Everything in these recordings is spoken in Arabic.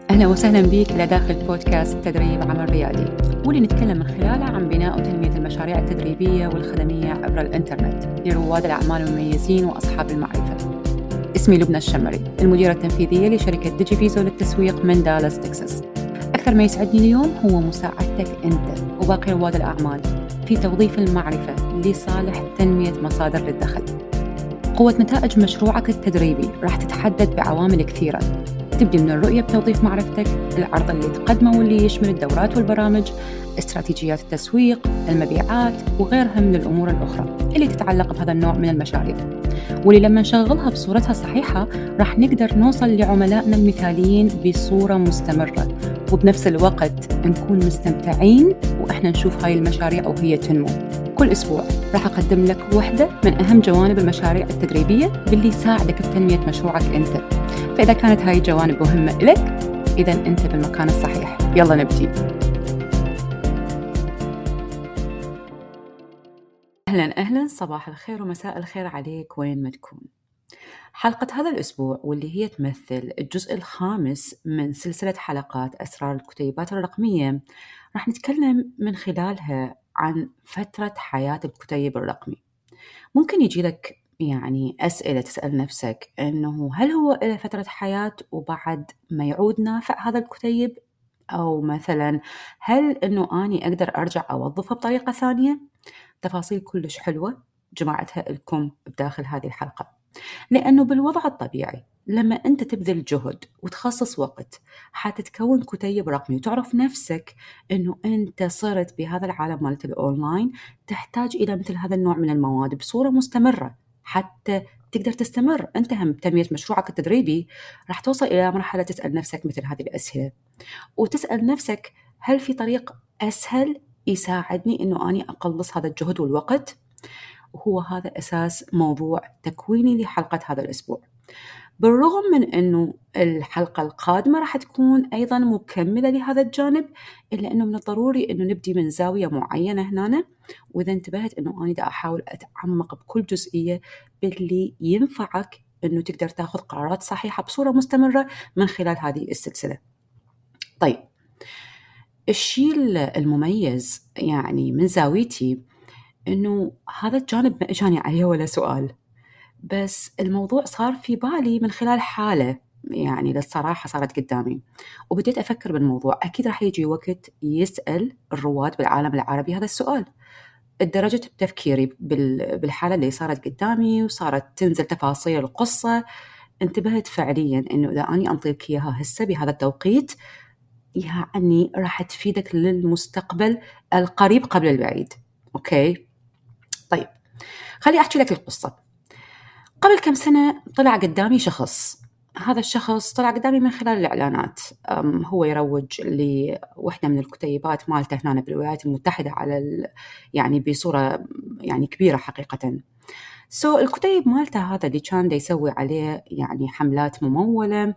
أهلا وسهلا بك إلى داخل بودكاست تدريب عمل ريادي، واللي نتكلم من خلاله عن بناء وتنمية المشاريع التدريبية والخدمية عبر الإنترنت لرواد الأعمال المميزين وأصحاب المعرفة. اسمي لبنى الشمري، المديرة التنفيذية لشركة ديجيفيزو للتسويق من دالاس تكساس. أكثر ما يسعدني اليوم هو مساعدتك أنت وباقي رواد الأعمال في توظيف المعرفة لصالح تنمية مصادر للدخل. قوة نتائج مشروعك التدريبي راح تتحدد بعوامل كثيرة، تبدي من الرؤية بتوظيف معرفتك، العرض اللي تقدمه واللي يشمل الدورات والبرامج، استراتيجيات التسويق، المبيعات وغيرها من الأمور الأخرى اللي تتعلق بهذا النوع من المشاريع، واللي لما نشغلها بصورتها الصحيحة راح نقدر نوصل لعملائنا المثاليين بصورة مستمرة، وبنفس الوقت نكون مستمتعين وإحنا نشوف هاي المشاريع وهي تنمو. كل أسبوع راح أقدم لك واحدة من أهم جوانب المشاريع التدريبية باللي يساعدك بتنمية مشروعك أنت. فإذا كانت هاي الجوانب مهمة إلك، إذن أنت بالمكان الصحيح. يلا نبدي. أهلا، صباح الخير ومساء الخير عليك وين ما تكون. حلقة هذا الأسبوع واللي هي تمثل الجزء الخامس من سلسلة حلقات أسرار الكتيبات الرقمية، راح نتكلم من خلالها عن فترة حياة الكتيب الرقمي. ممكن يجي لك أسئلة تسأل نفسك إنه هل هو إلى فترة حياة وبعد ما يعود نافع هذا الكتيب؟ أو مثلا هل إنه أني أقدر أرجع أوظفه بطريقة ثانية؟ تفاصيل كلش حلوة جمعتها لكم بداخل هذه الحلقة، لأنه بالوضع الطبيعي لما أنت تبذل جهد وتخصص وقت حتتكون كتيب رقمي وتعرف نفسك أنه أنت صرت بهذا العالم مالت الأونلاين تحتاج إلى مثل هذا النوع من المواد بصورة مستمرة حتى تقدر تستمر. أنت هم بتنمية مشروعك التدريبي راح توصل إلى مرحلة تسأل نفسك مثل هذه الأسئلة، وتسأل نفسك هل في طريق أسهل يساعدني أنه أني أقلص هذا الجهد والوقت؟ وهو هذا أساس موضوع تكويني لحلقة هذا الأسبوع. بالرغم من أنه الحلقة القادمة راح تكون أيضا مكملة لهذا الجانب، إلا أنه من الضروري أنه نبدي من زاوية معينة هنا، وإذا انتبهت أنه أنا دا أحاول أتعمق بكل جزئية باللي ينفعك أنه تقدر تاخذ قرارات صحيحة بصورة مستمرة من خلال هذه السلسلة. طيب، الشيء المميز من زاويتي إنه هذا الجانب ما إجاني عليه ولا سؤال، بس الموضوع صار في بالي من خلال حالة للصراحة صارت قدامي، وبديت أفكر بالموضوع. أكيد راح يجي وقت يسأل الرواد بالعالم العربي هذا السؤال. الدرجة بتفكيري بالحالة اللي صارت قدامي وصارت تنزل تفاصيل القصة، انتبهت فعليا إنه إذا أني أنطيك إياها هسه بهذا التوقيت راح تفيدك للمستقبل القريب قبل البعيد. أوكي؟ طيب، خلي أحكي لك القصة. قبل كم سنة طلع قدامي شخص. هذا الشخص طلع قدامي من خلال الإعلانات. هو يروج لوحدة من الكتيبات مالته هنا بالولايات المتحدة على بصورة كبيرة حقيقة. الكتيب مالته هذا اللي كان دا يسوي عليه حملات ممولة.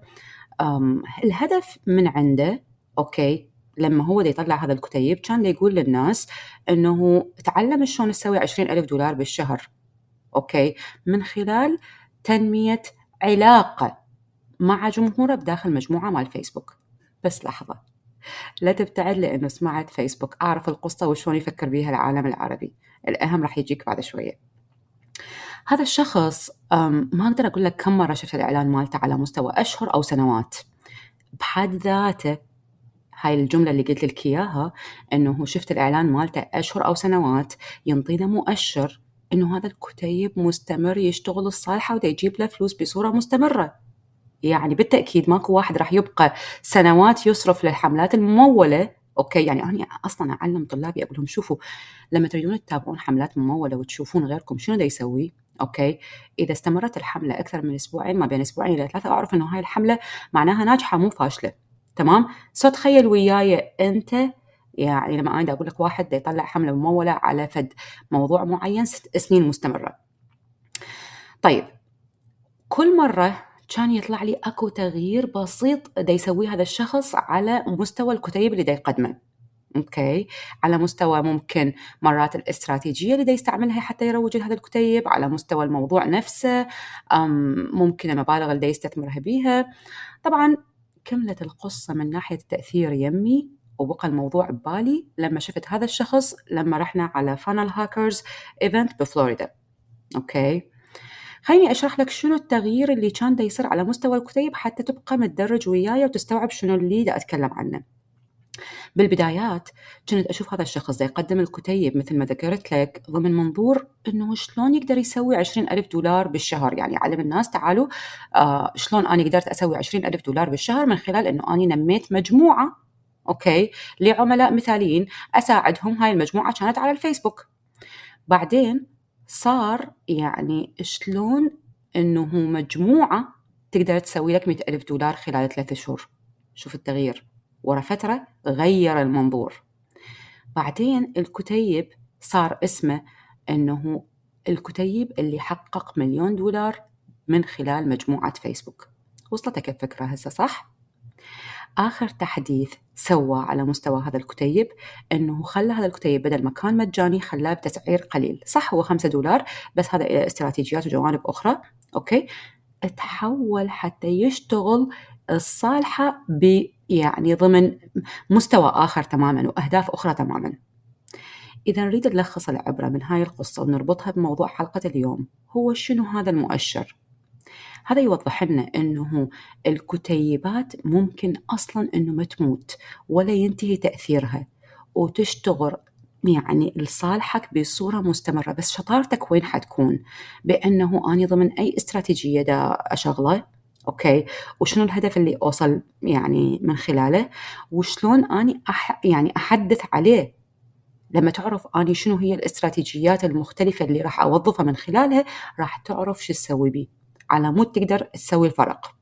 الهدف من عنده، أوكي، لما هو دا يطلع هذا الكتيب كان دا يقول للناس أنه تعلم شلون تسوي $20,000 بالشهر، أوكي، من خلال تنمية علاقة مع جمهوره بداخل مجموعة مال فيسبوك. بس لحظة، لا تبتعد لأنه سمعت فيسبوك، أعرف القصة وشلون يفكر بيها العالم العربي. الأهم راح يجيك بعد شوية. هذا الشخص ما أقدر أقول لك كم مرة شفت الإعلان مالته على مستوى أشهر أو سنوات. بحد ذاته هاي الجملة اللي قلت لك إياها، إنه شفت الإعلان مالته أشهر أو سنوات، ينطينا مؤشر إنه هذا الكتيب مستمر يشتغل الصالحة وده يجيب له فلوس بصورة مستمرة. بالتأكيد ماكو واحد راح يبقى سنوات يصرف للحملات الممولة. أوكي، أنا أصلاً أعلم طلابي أقول لهم شوفوا، لما تريدون تتابعون حملات ممولة وتشوفون غيركم شنو ده يسوي، أوكي، إذا استمرت الحملة أكثر من أسبوعين، ما بين أسبوعين إلى 3، أعرف إنه هاي الحملة معناها ناجحة مو فاشلة. تمام؟ تخيل وياي أنت لما أنا أقول لك واحد دا يطلع حملة ممولة على فد موضوع معين 6 سنين مستمرة. طيب، كل مرة كان يطلع لي أكو تغيير بسيط دا يسويه هذا الشخص على مستوى الكتيب اللي دا يقدمه. أوكي، على مستوى ممكن مرات الاستراتيجية اللي دا يستعملها حتى يروج هذا الكتيب، على مستوى الموضوع نفسه، ممكن المبالغ اللي دا يستثمرها بيها. طبعا كملت القصة من ناحية التأثير يمي، وبقى الموضوع ببالي لما شفت هذا الشخص لما رحنا على فانل هاكرز إيفنت بفلوريدا. أوكي، خليني أشرح لك شنو التغيير اللي كان دا يصير على مستوى الكتيب حتى تبقى متدرج وياي وتستوعب شنو اللي دا أتكلم عنه. بالبدايات كنت أشوف هذا الشخص دا يقدم الكتيب مثل ما ذكرت لك ضمن منظور إنه شلون يقدر يسوي $20,000 بالشهر، يعني علم الناس تعالوا شلون أنا قدرت أسوي $20,000 بالشهر من خلال إنه أنا نميت مجموعة أوكي لعملاء مثاليين أساعدهم. هاي المجموعة كانت على الفيسبوك. بعدين صار يعني شلون إنه مجموعة تقدر تسوي لك $100,000 خلال 3 شهور. شوف التغيير، ورا فترة غير المنظور. بعدين الكتيب صار اسمه إنه الكتيب اللي حقق $1,000,000 من خلال مجموعة فيسبوك. وصلتك الفكرة هسه صح؟ آخر تحديث سوى على مستوى هذا الكتيب إنه خلى هذا الكتيب بدل ما كان مجاني خلاه بتسعير قليل. صح هو $5 بس هذا إلى استراتيجيات وجوانب أخرى. أوكي، تحول حتى يشتغل الصالحة يعني ضمن مستوى آخر تماما وأهداف أخرى تماما. إذا نريد نلخص العبرة من هاي القصة ونربطها بموضوع حلقة اليوم، هو شنو هذا المؤشر؟ هذا يوضح لنا أنه الكتيبات ممكن أصلاً أنه ما تموت ولا ينتهي تأثيرها وتشتغل يعني لصالحك بصورة مستمرة، بس شطارتك وين حتكون؟ بأنه أنا ضمن أي استراتيجية دا أشغله أوكي، وشنو الهدف اللي أوصل يعني من خلاله، وشلون أنا يعني أحدث عليه. لما تعرف أنا شنو هي الاستراتيجيات المختلفة اللي راح أوظفها من خلالها راح تعرف شو تسوي بيه على مود تقدر تسوي الفرق.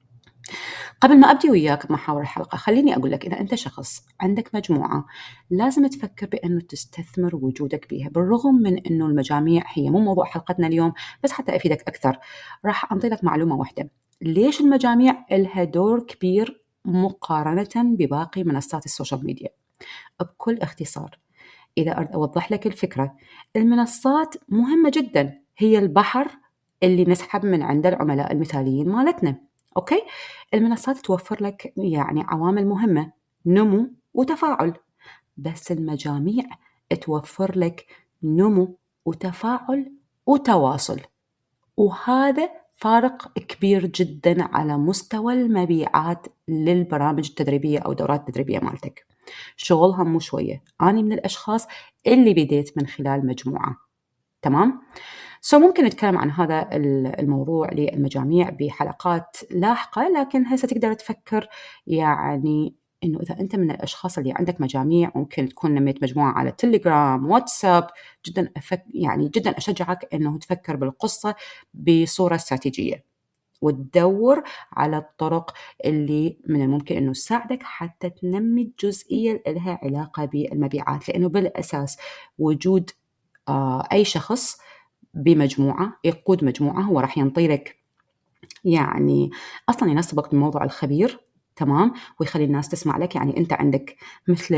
قبل ما أبدي وياك بمحاور الحلقة خليني أقول لك إذا أنت شخص عندك مجموعة لازم تفكر بأنه تستثمر وجودك بيها. بالرغم من أنه المجاميع هي مو موضوع حلقتنا اليوم، بس حتى أفيدك أكثر راح أنطي لك معلومة واحدة. ليش المجاميع لها دور كبير مقارنة بباقي منصات السوشيال ميديا؟ بكل اختصار إذا أريد أوضح لك الفكرة، المنصات مهمة جدا، هي البحر اللي نسحب من عند العملاء المثاليين مالتنا. أوكي، المنصات توفر لك يعني عوامل مهمة، نمو وتفاعل، بس المجاميع توفر لك نمو وتفاعل وتواصل، وهذا فارق كبير جدا على مستوى المبيعات للبرامج التدريبية أو دورات التدريبية مالتك. شغلها مو شوية. أنا من الأشخاص اللي بديت من خلال مجموعة. تمام؟ ممكن نتكلم عن هذا الموضوع للمجاميع بحلقات لاحقة، لكن هسه تقدر تفكر يعني إنه إذا أنت من الأشخاص اللي عندك مجاميع ممكن تكون نميت مجموعة على تليجرام واتساب، يعني جدا أشجعك إنه تفكر بالقصة بصورة استراتيجية وتدور على الطرق اللي من الممكن أنه تساعدك حتى تنمي الجزئية اللي لها علاقة بالمبيعات. لأنه بالأساس وجود أي شخص بمجموعة يقود مجموعة هو راح ينطي لك يعني أصلا يناسبك بموضوع الخبير. تمام، ويخلي الناس تسمع لك. يعني أنت عندك مثل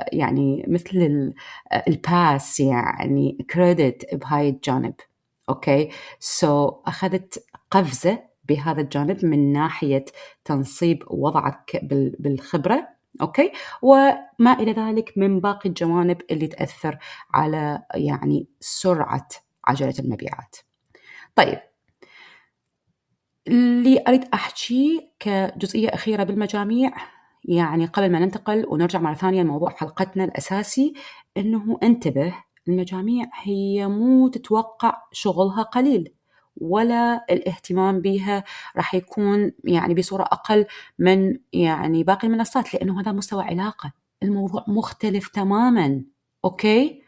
الباس يعني كريدت بهاي الجانب. أوكي، أخذت قفزة بهذا الجانب من ناحية تنصيب وضعك بالخبرة. أوكي، وما إلى ذلك من باقي الجوانب اللي تأثر على يعني سرعة عجلة المبيعات. طيب، اللي أريد أحكي كجزئية أخيرة بالمجاميع، يعني قبل ما ننتقل ونرجع مرة ثانية لموضوع حلقتنا الأساسي، إنه انتبه، المجاميع هي مو تتوقع شغلها قليل ولا الاهتمام بها راح يكون يعني بصورة أقل من يعني باقي المنصات، لأنه هذا مستوى علاقة، الموضوع مختلف تماماً. أوكي؟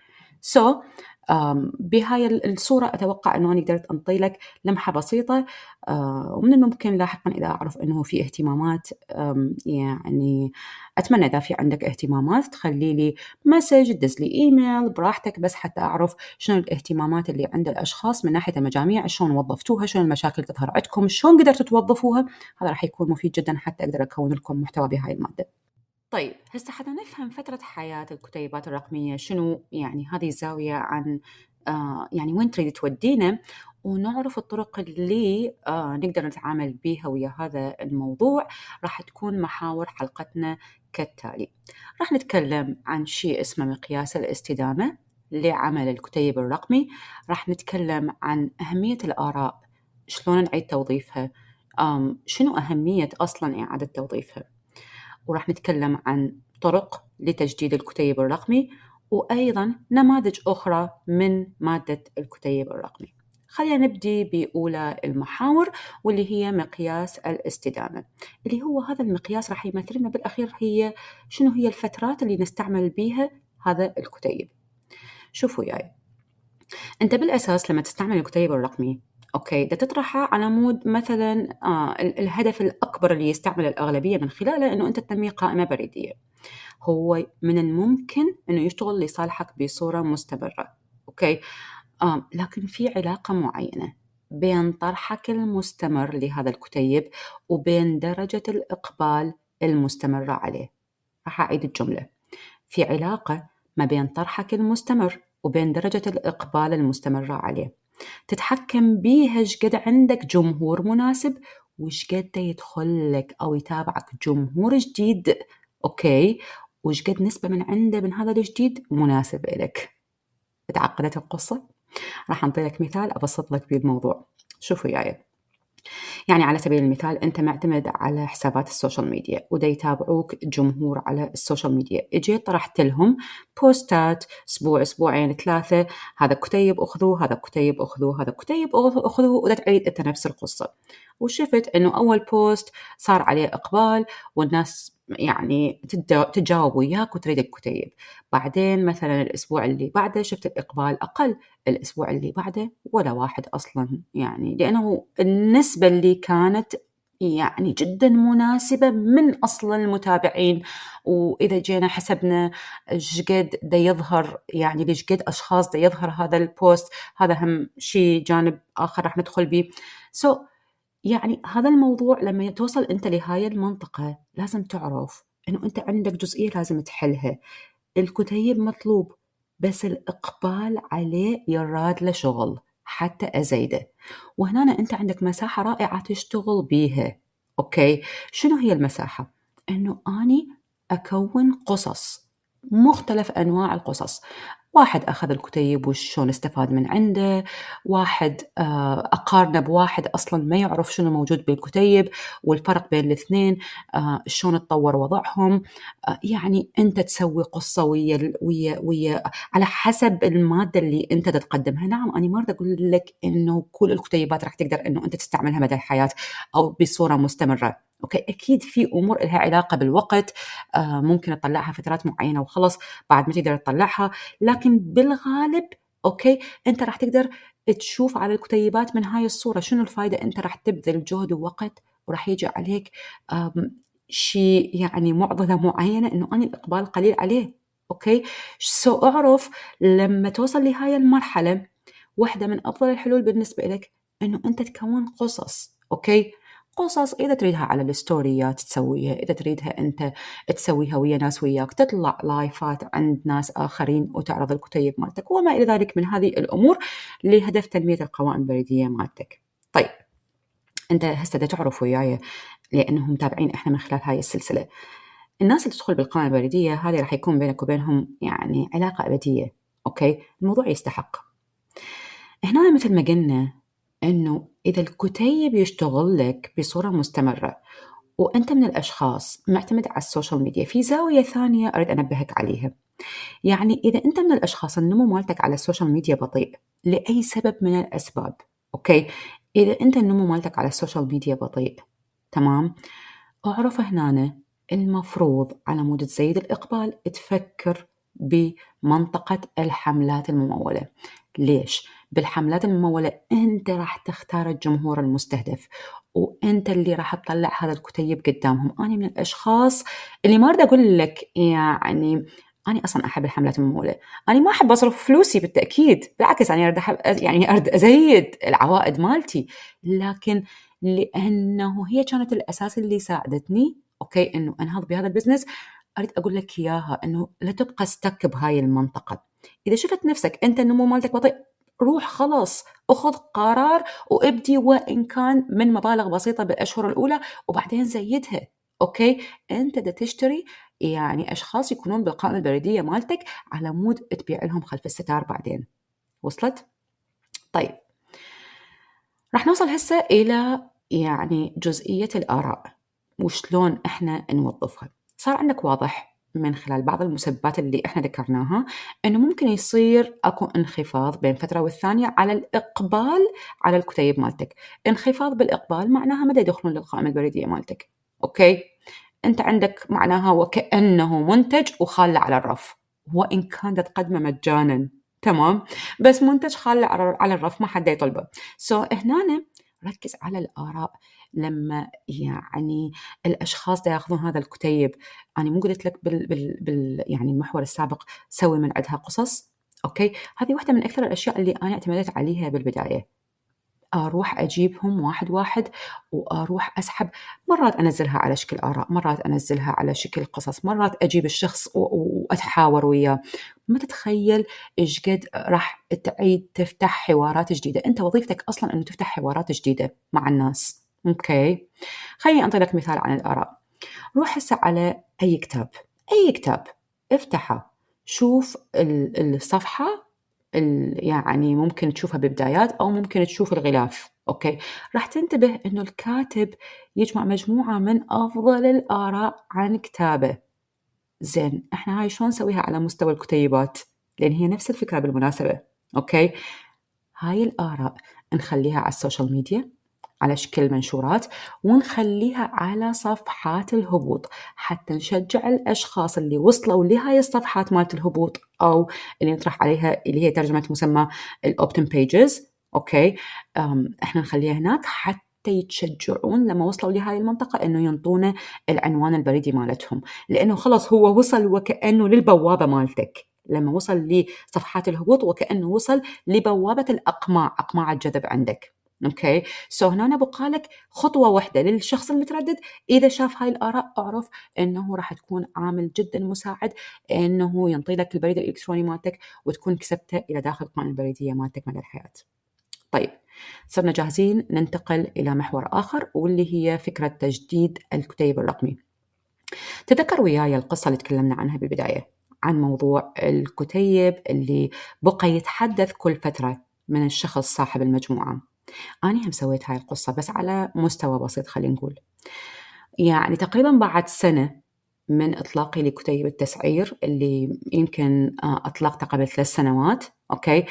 بهاي الصورة أتوقع أنه أنا قدرت أنطي لك لمحة بسيطة، ومن الممكن لاحقا إذا أعرف أنه في اهتمامات، يعني أتمنى إذا في عندك اهتمامات تخلي لي مسج، تدز لي إيميل براحتك، بس حتى أعرف شنو الاهتمامات اللي عند الأشخاص من ناحية المجاميع، شلون وظفتوها، شنو المشاكل تظهر عندكم، شلون قدرتوا توظفوها. هذا راح يكون مفيد جدا حتى أقدر أكون لكم محتوى بهاي المادة. طيب، هسه حتى نفهم فترة حياة الكتيبات الرقمية شنو، يعني هذه الزاوية عن يعني وين تريد تودينا، ونعرف الطرق اللي نقدر نتعامل بيها ويا هذا الموضوع. راح تكون محاور حلقتنا كالتالي. راح نتكلم عن شيء اسمه مقياس الاستدامة لعمل الكتيب الرقمي. راح نتكلم عن أهمية الآراء، شلون نعيد توظيفها، شنو أهمية أصلاً إعادة توظيفها. وراح نتكلم عن طرق لتجديد الكتيب الرقمي، وأيضاً نماذج أخرى من مادة الكتيب الرقمي. خلينا نبدي بأولى المحاور، واللي هي مقياس الاستدامة، اللي هو هذا المقياس راح يمثل لنا بالأخير هي شنو هي الفترات اللي نستعمل بيها هذا الكتيب. شوفوا وياي، أنت بالأساس لما تستعمل الكتيب الرقمي أوكي تطرحه على مود مثلا الهدف الأكبر اللي يستعمل الأغلبية من خلاله أنه أنت تنمي قائمة بريدية. هو من الممكن أنه يشتغل لصالحك بصورة مستمرة أوكي. لكن في علاقة معينة بين طرحك المستمر لهذا الكتيب وبين درجة الإقبال المستمرة عليه. راح أعيد الجملة، في علاقة ما بين طرحك المستمر وبين درجة الإقبال المستمرة عليه. تتحكم بيها شقد عندك جمهور مناسب وشقد يدخل لك أو يتابعك جمهور جديد أوكي، وشقد نسبة من عنده من هذا الجديد مناسب إلك. تعقدت القصة؟ راح أنطيلك مثال أبسط لك بيه الموضوع. شوفوا وياي، يعني على سبيل المثال أنت معتمد على حسابات السوشيال ميديا ودا يتابعوك جمهور على السوشيال ميديا، اجيت طرحت لهم بوستات أسبوع أسبوعين ثلاثة، هذا كتيب أخذوه، هذا كتيب أخذوه، هذا كتيب أخذوه، ودا تعيد أنت نفس القصة. وشفت أنه أول بوست صار عليه إقبال والناس يعني تتجاوب وياك وتريد الكتيب، بعدين مثلا الأسبوع اللي بعده شفت الإقبال أقل، الأسبوع اللي بعده ولا واحد أصلا، يعني لأنه النسبة اللي كانت يعني جدا مناسبة من أصل المتابعين. وإذا جينا حسبنا شقد دا يظهر، يعني لشقد أشخاص دا يظهر هذا البوست، هذا هم شيء جانب آخر راح ندخل به. يعني هذا الموضوع لما توصل أنت لهاي المنطقة لازم تعرف أنه أنت عندك جزئية لازم تحلها. الكتيب مطلوب بس الإقبال عليه يراد له شغل حتى أزيده، وهنا أنت عندك مساحة رائعة تشتغل بيها أوكي. شنو هي المساحة؟ أنه أني أكون قصص، مختلف أنواع القصص. واحد أخذ الكتيب وشون استفاد من عنده، واحد أقارنه بواحد أصلا ما يعرف شنو موجود بالكتيب والفرق بين الاثنين، شون تطور وضعهم. يعني أنت تسوي قصة ويا على حسب المادة اللي أنت تقدمها. نعم أنا ما أريد أقول لك إنه كل الكتيبات راح تقدر إنه أنت تستعملها مدى الحياة أو بصورة مستمرة أوكي. أكيد في أمور لها علاقة بالوقت، ممكن تطلعها فترات معينة وخلص بعد ما تقدر تطلعها، لكن بالغالب أوكي أنت راح تقدر تشوف على الكتيبات من هاي الصورة شنو الفائدة. أنت راح تبذل جهد ووقت وراح يجي عليك شيء يعني معضلة معينة إنه أنا الإقبال قليل عليه أوكي. أعرف لما توصل لهاي المرحلة واحدة من أفضل الحلول بالنسبة لك إنه أنت تكون قصص أوكي. قصص إذا تريدها على الستوريات تسويها، إذا تريدها أنت تسويها ويا ناس وياك، تطلع لايفات عند ناس آخرين وتعرض الكتيب مالتك وما إلى ذلك من هذه الأمور لهدف تنمية القوائم البريدية مالتك. طيب أنت هسه تعرف وياي لأنهم متابعين إحنا من خلال هاي السلسلة، الناس اللي تدخل بالقائمة البريدية هذه راح يكون بينك وبينهم يعني علاقة أبدية أوكي. الموضوع يستحق. هنا مثل ما قلنا إنه إذا الكتيب يشتغل لك بصورة مستمرة وأنت من الأشخاص معتمد على السوشيال ميديا، في زاوية ثانية أريد أنبهك عليها. يعني إذا أنت من الأشخاص النمو مالتك على السوشيال ميديا بطيء لأي سبب من الأسباب أوكي، إذا أنت النمو مالتك على السوشيال ميديا بطيء تمام، أعرف هنا المفروض على مود تزيد الإقبال تفكر بمنطقة الحملات الممولة. ليش؟ بالحملات الممولة أنت راح تختار الجمهور المستهدف وأنت اللي راح تطلع هذا الكتيب قدامهم. أنا من الأشخاص اللي ما أريد أقول لك يعني أنا أصلا أحب الحملات الممولة، أنا ما أحب أصرف فلوسي بالتأكيد، بالعكس أنا أريد أزيد العوائد مالتي، لكن لأنه هي كانت الأساس اللي ساعدتني أوكي إنه أنهض بهذا البزنس. أريد أقول لك إياها إنه لا تبقى ستك بهاي المنطقة. إذا شفت نفسك أنت النمو مالتك بطيء روح خلاص أخذ قرار وابدي، وإن كان من مبالغ بسيطة بالأشهر الأولى وبعدين زيدها. أوكي، أنت دا تشتري يعني أشخاص يكونون بالقائمة البريدية مالتك على مود تبيع لهم خلف الستار بعدين. وصلت؟ طيب، راح نوصل هسه إلى يعني جزئية الآراء وشلون إحنا نوظفها. صار عندك واضح من خلال بعض المسببات اللي إحنا ذكرناها إنه ممكن يصير أكو انخفاض بين فترة والثانية على الإقبال على الكتيب مالتك. انخفاض بالإقبال معناها ما يدخلون للقائمة البريدية مالتك. أوكي، أنت عندك معناها وكأنه منتج وخالة على الرف، وإن كان تقدمه مجانا، تمام، بس منتج خالة على الرف ما حد يطلبه. هنا ركز على الآراء. لما يعني الأشخاص دا ياخذون هذا الكتيب، أنا مو قلت لك يعني المحور السابق سوي من عندها قصص؟ أوكي، هذه واحدة من أكثر الأشياء اللي أنا اعتمدت عليها بالبداية. أروح أجيبهم واحد واحد وأروح أسحب. مرات أنزلها على شكل آراء، مرات أنزلها على شكل قصص، مرات أجيب الشخص وأتحاور وياه. ما تتخيل إيش قد راح تعيد تفتح حوارات جديدة. أنت وظيفتك أصلا أنه تفتح حوارات جديدة مع الناس. أوكي، خليني أعطي لك مثال عن الآراء. روح هسه على أي كتاب، أي كتاب افتحه، شوف الصفحة يعني ممكن تشوفها ببدايات أو ممكن تشوف الغلاف. أوكي، راح تنتبه إنه الكاتب يجمع مجموعة من أفضل الآراء عن كتابه. زين، إحنا هاي شلون نسويها على مستوى الكتيبات؟ لأن هي نفس الفكرة بالمناسبة. أوكي، هاي الآراء نخليها على السوشيال ميديا على شكل منشورات، ونخليها على صفحات الهبوط حتى نشجع الأشخاص اللي وصلوا لهاي الصفحات مالت الهبوط أو اللي نطرح عليها اللي هي ترجمة مسمى الأوبتن بيجز. أوكي، إحنا نخليها هناك حتى يتشجعون لما وصلوا لهاي المنطقة إنه ينطونا العنوان البريدي مالتهم، لأنه خلاص هو وصل وكأنه للبوابة مالتك. لما وصل لصفحات الهبوط وكأنه وصل لبوابة الأقماع، أقماع الجذب عندك. اوكي، هنا بقالك خطوه واحده للشخص المتردد. اذا شاف هاي الاراء اعرف انه راح تكون عامل جدا مساعد انه ينطي لك البريد الالكتروني مالتك وتكون كسبته الى داخل القائمه البريديه مالتك مدى الحياه. طيب، صرنا جاهزين ننتقل الى محور اخر واللي هي فكره تجديد الكتيب الرقمي. تذكر وياي القصه اللي تكلمنا عنها بالبدايه عن موضوع الكتيب اللي بقى يتحدث كل فتره من الشخص صاحب المجموعه. أنا هم سويت هاي القصة بس على مستوى بسيط. خلينا نقول يعني تقريبا بعد سنة من إطلاقي لكتيب التسعير اللي يمكن أطلقته قبل 3 سنوات. أوكي،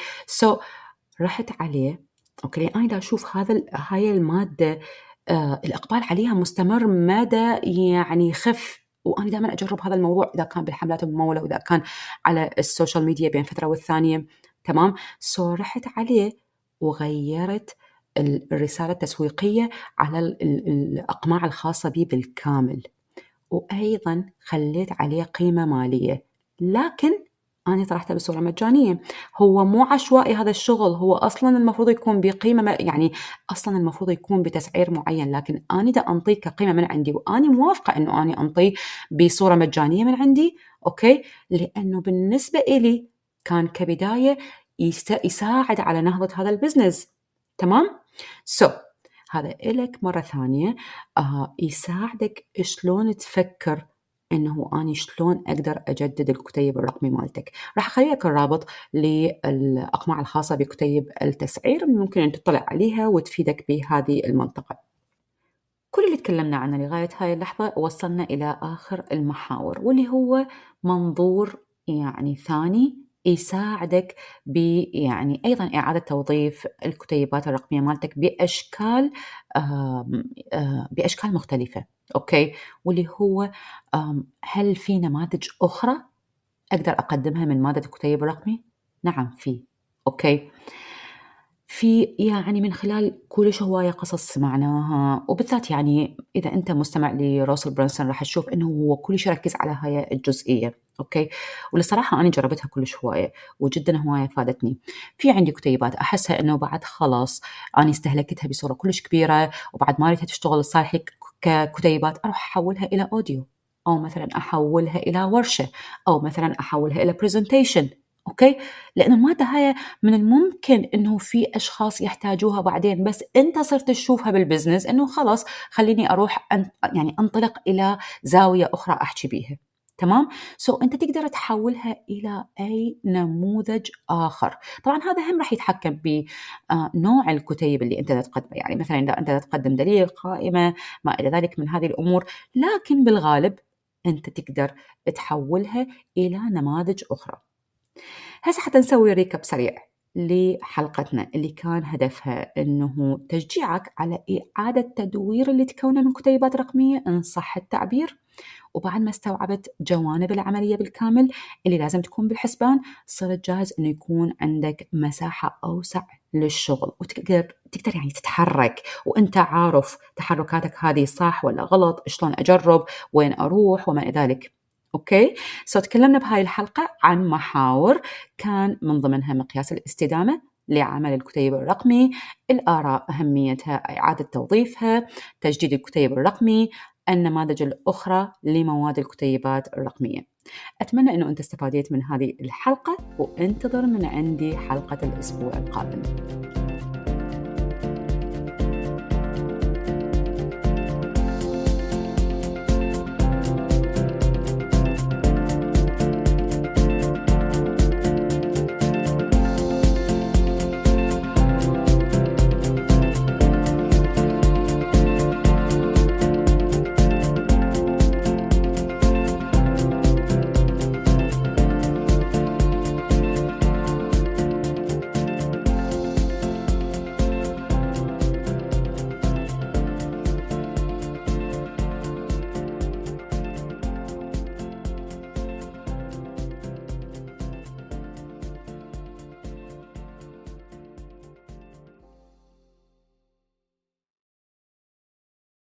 رحت عليه. أوكي، أنا دا أشوف هاي المادة الإقبال عليها مستمر مدى يعني يخف، وأنا دائما أجرب هذا الموضوع إذا كان بالحملات الممولة وإذا كان على السوشيال ميديا بين فترة والثانية. تمام، رحت عليه وغيرت الرسالة التسويقية على الأقماع الخاصة بي بالكامل، وأيضا خليت عليه قيمة مالية، لكن أنا طرحتها بصورة مجانية. هو مو عشوائي هذا الشغل، هو أصلا المفروض يكون بقيمة يعني أصلا المفروض يكون بتسعير معين، لكن أنا دا أنطيه كقيمة من عندي، وأنا موافقة أنه أنا أنطيه بصورة مجانية من عندي. أوكي، لأنه بالنسبة إلي كان كبداية يساعد على نهضة هذا البزنس. تمام، هذا إلك مرة ثانية يساعدك شلون تفكر إنه أنا شلون أقدر أجدد الكتيب الرقمي مالتك. راح أخليك الرابط للأقماع الخاصة بكتيب التسعير اللي ممكن أن تطلع عليها وتفيدك بهذه المنطقة. كل اللي تكلمنا عنه لغاية هاي اللحظة وصلنا إلى آخر المحاور، واللي هو منظور يعني ثاني يساعدك يعني أيضا إعادة توظيف الكتيبات الرقمية مالتك بأشكال مختلفة. أوكي، واللي هو هل في نماذج أخرى أقدر أقدمها من مادة الكتيب الرقمي؟ نعم، في. أوكي، في يعني من خلال كلش هواية قصص سمعناها، وبالذات يعني إذا أنت مستمع لروسل برانسون راح تشوف إنه هو كلش يركز على هاي الجزئية. أوكي، والصراحة أنا جربتها كلش هواية وجدا هواية فادتني. في عندي كتيبات أحسها إنه بعد خلاص أنا استهلكتها بصورة كلش كبيرة وبعد ما ريتها تشتغل صالح ككتيبات، أروح أحولها إلى أوديو، أو مثلا أحولها إلى ورشة، أو مثلا أحولها إلى برزنتيشن. أوكي؟ لأن المادة هاي من الممكن إنه في أشخاص يحتاجوها بعدين، بس أنت صرت تشوفها بالبزنس إنه خلاص خلّيني أروح يعني أنطلق إلى زاوية أخرى أحكي بيها، تمام؟ أنت تقدر تحوّلها إلى أي نموذج آخر. طبعًا هذا هم راح يتحكم نوع الكُتيب اللي أنت تقدمه، يعني مثلًا إذا أنت تقدم دليل، قائمة، ما إلى ذلك من هذه الأمور، لكن بالغالب أنت تقدر تحوّلها إلى نماذج أخرى. هسه حتى نسوي ريكاب سريع لحلقتنا اللي كان هدفها إنه تشجيعك على إعادة تدوير اللي تكونه من كتيبات رقمية إن صح التعبير، وبعد ما استوعبت جوانب العملية بالكامل اللي لازم تكون بالحسبان، صرت جاهز إنه يكون عندك مساحة أوسع للشغل، تقدر يعني تتحرك وأنت عارف تحركاتك هذه صح ولا غلط، شلون أجرب، وين أروح وما إلى ذلك. أوكي؟ تكلمنا بهاي الحلقة عن محاور كان من ضمنها مقياس الاستدامة لعمل الكتيب الرقمي، الآراء أهميتها إعادة توظيفها، تجديد الكتيب الرقمي، النماذج الأخرى لمواد الكتيبات الرقمية. أتمنى أنه أنت استفاديت من هذه الحلقة، وانتظر من عندي حلقة الأسبوع القادم.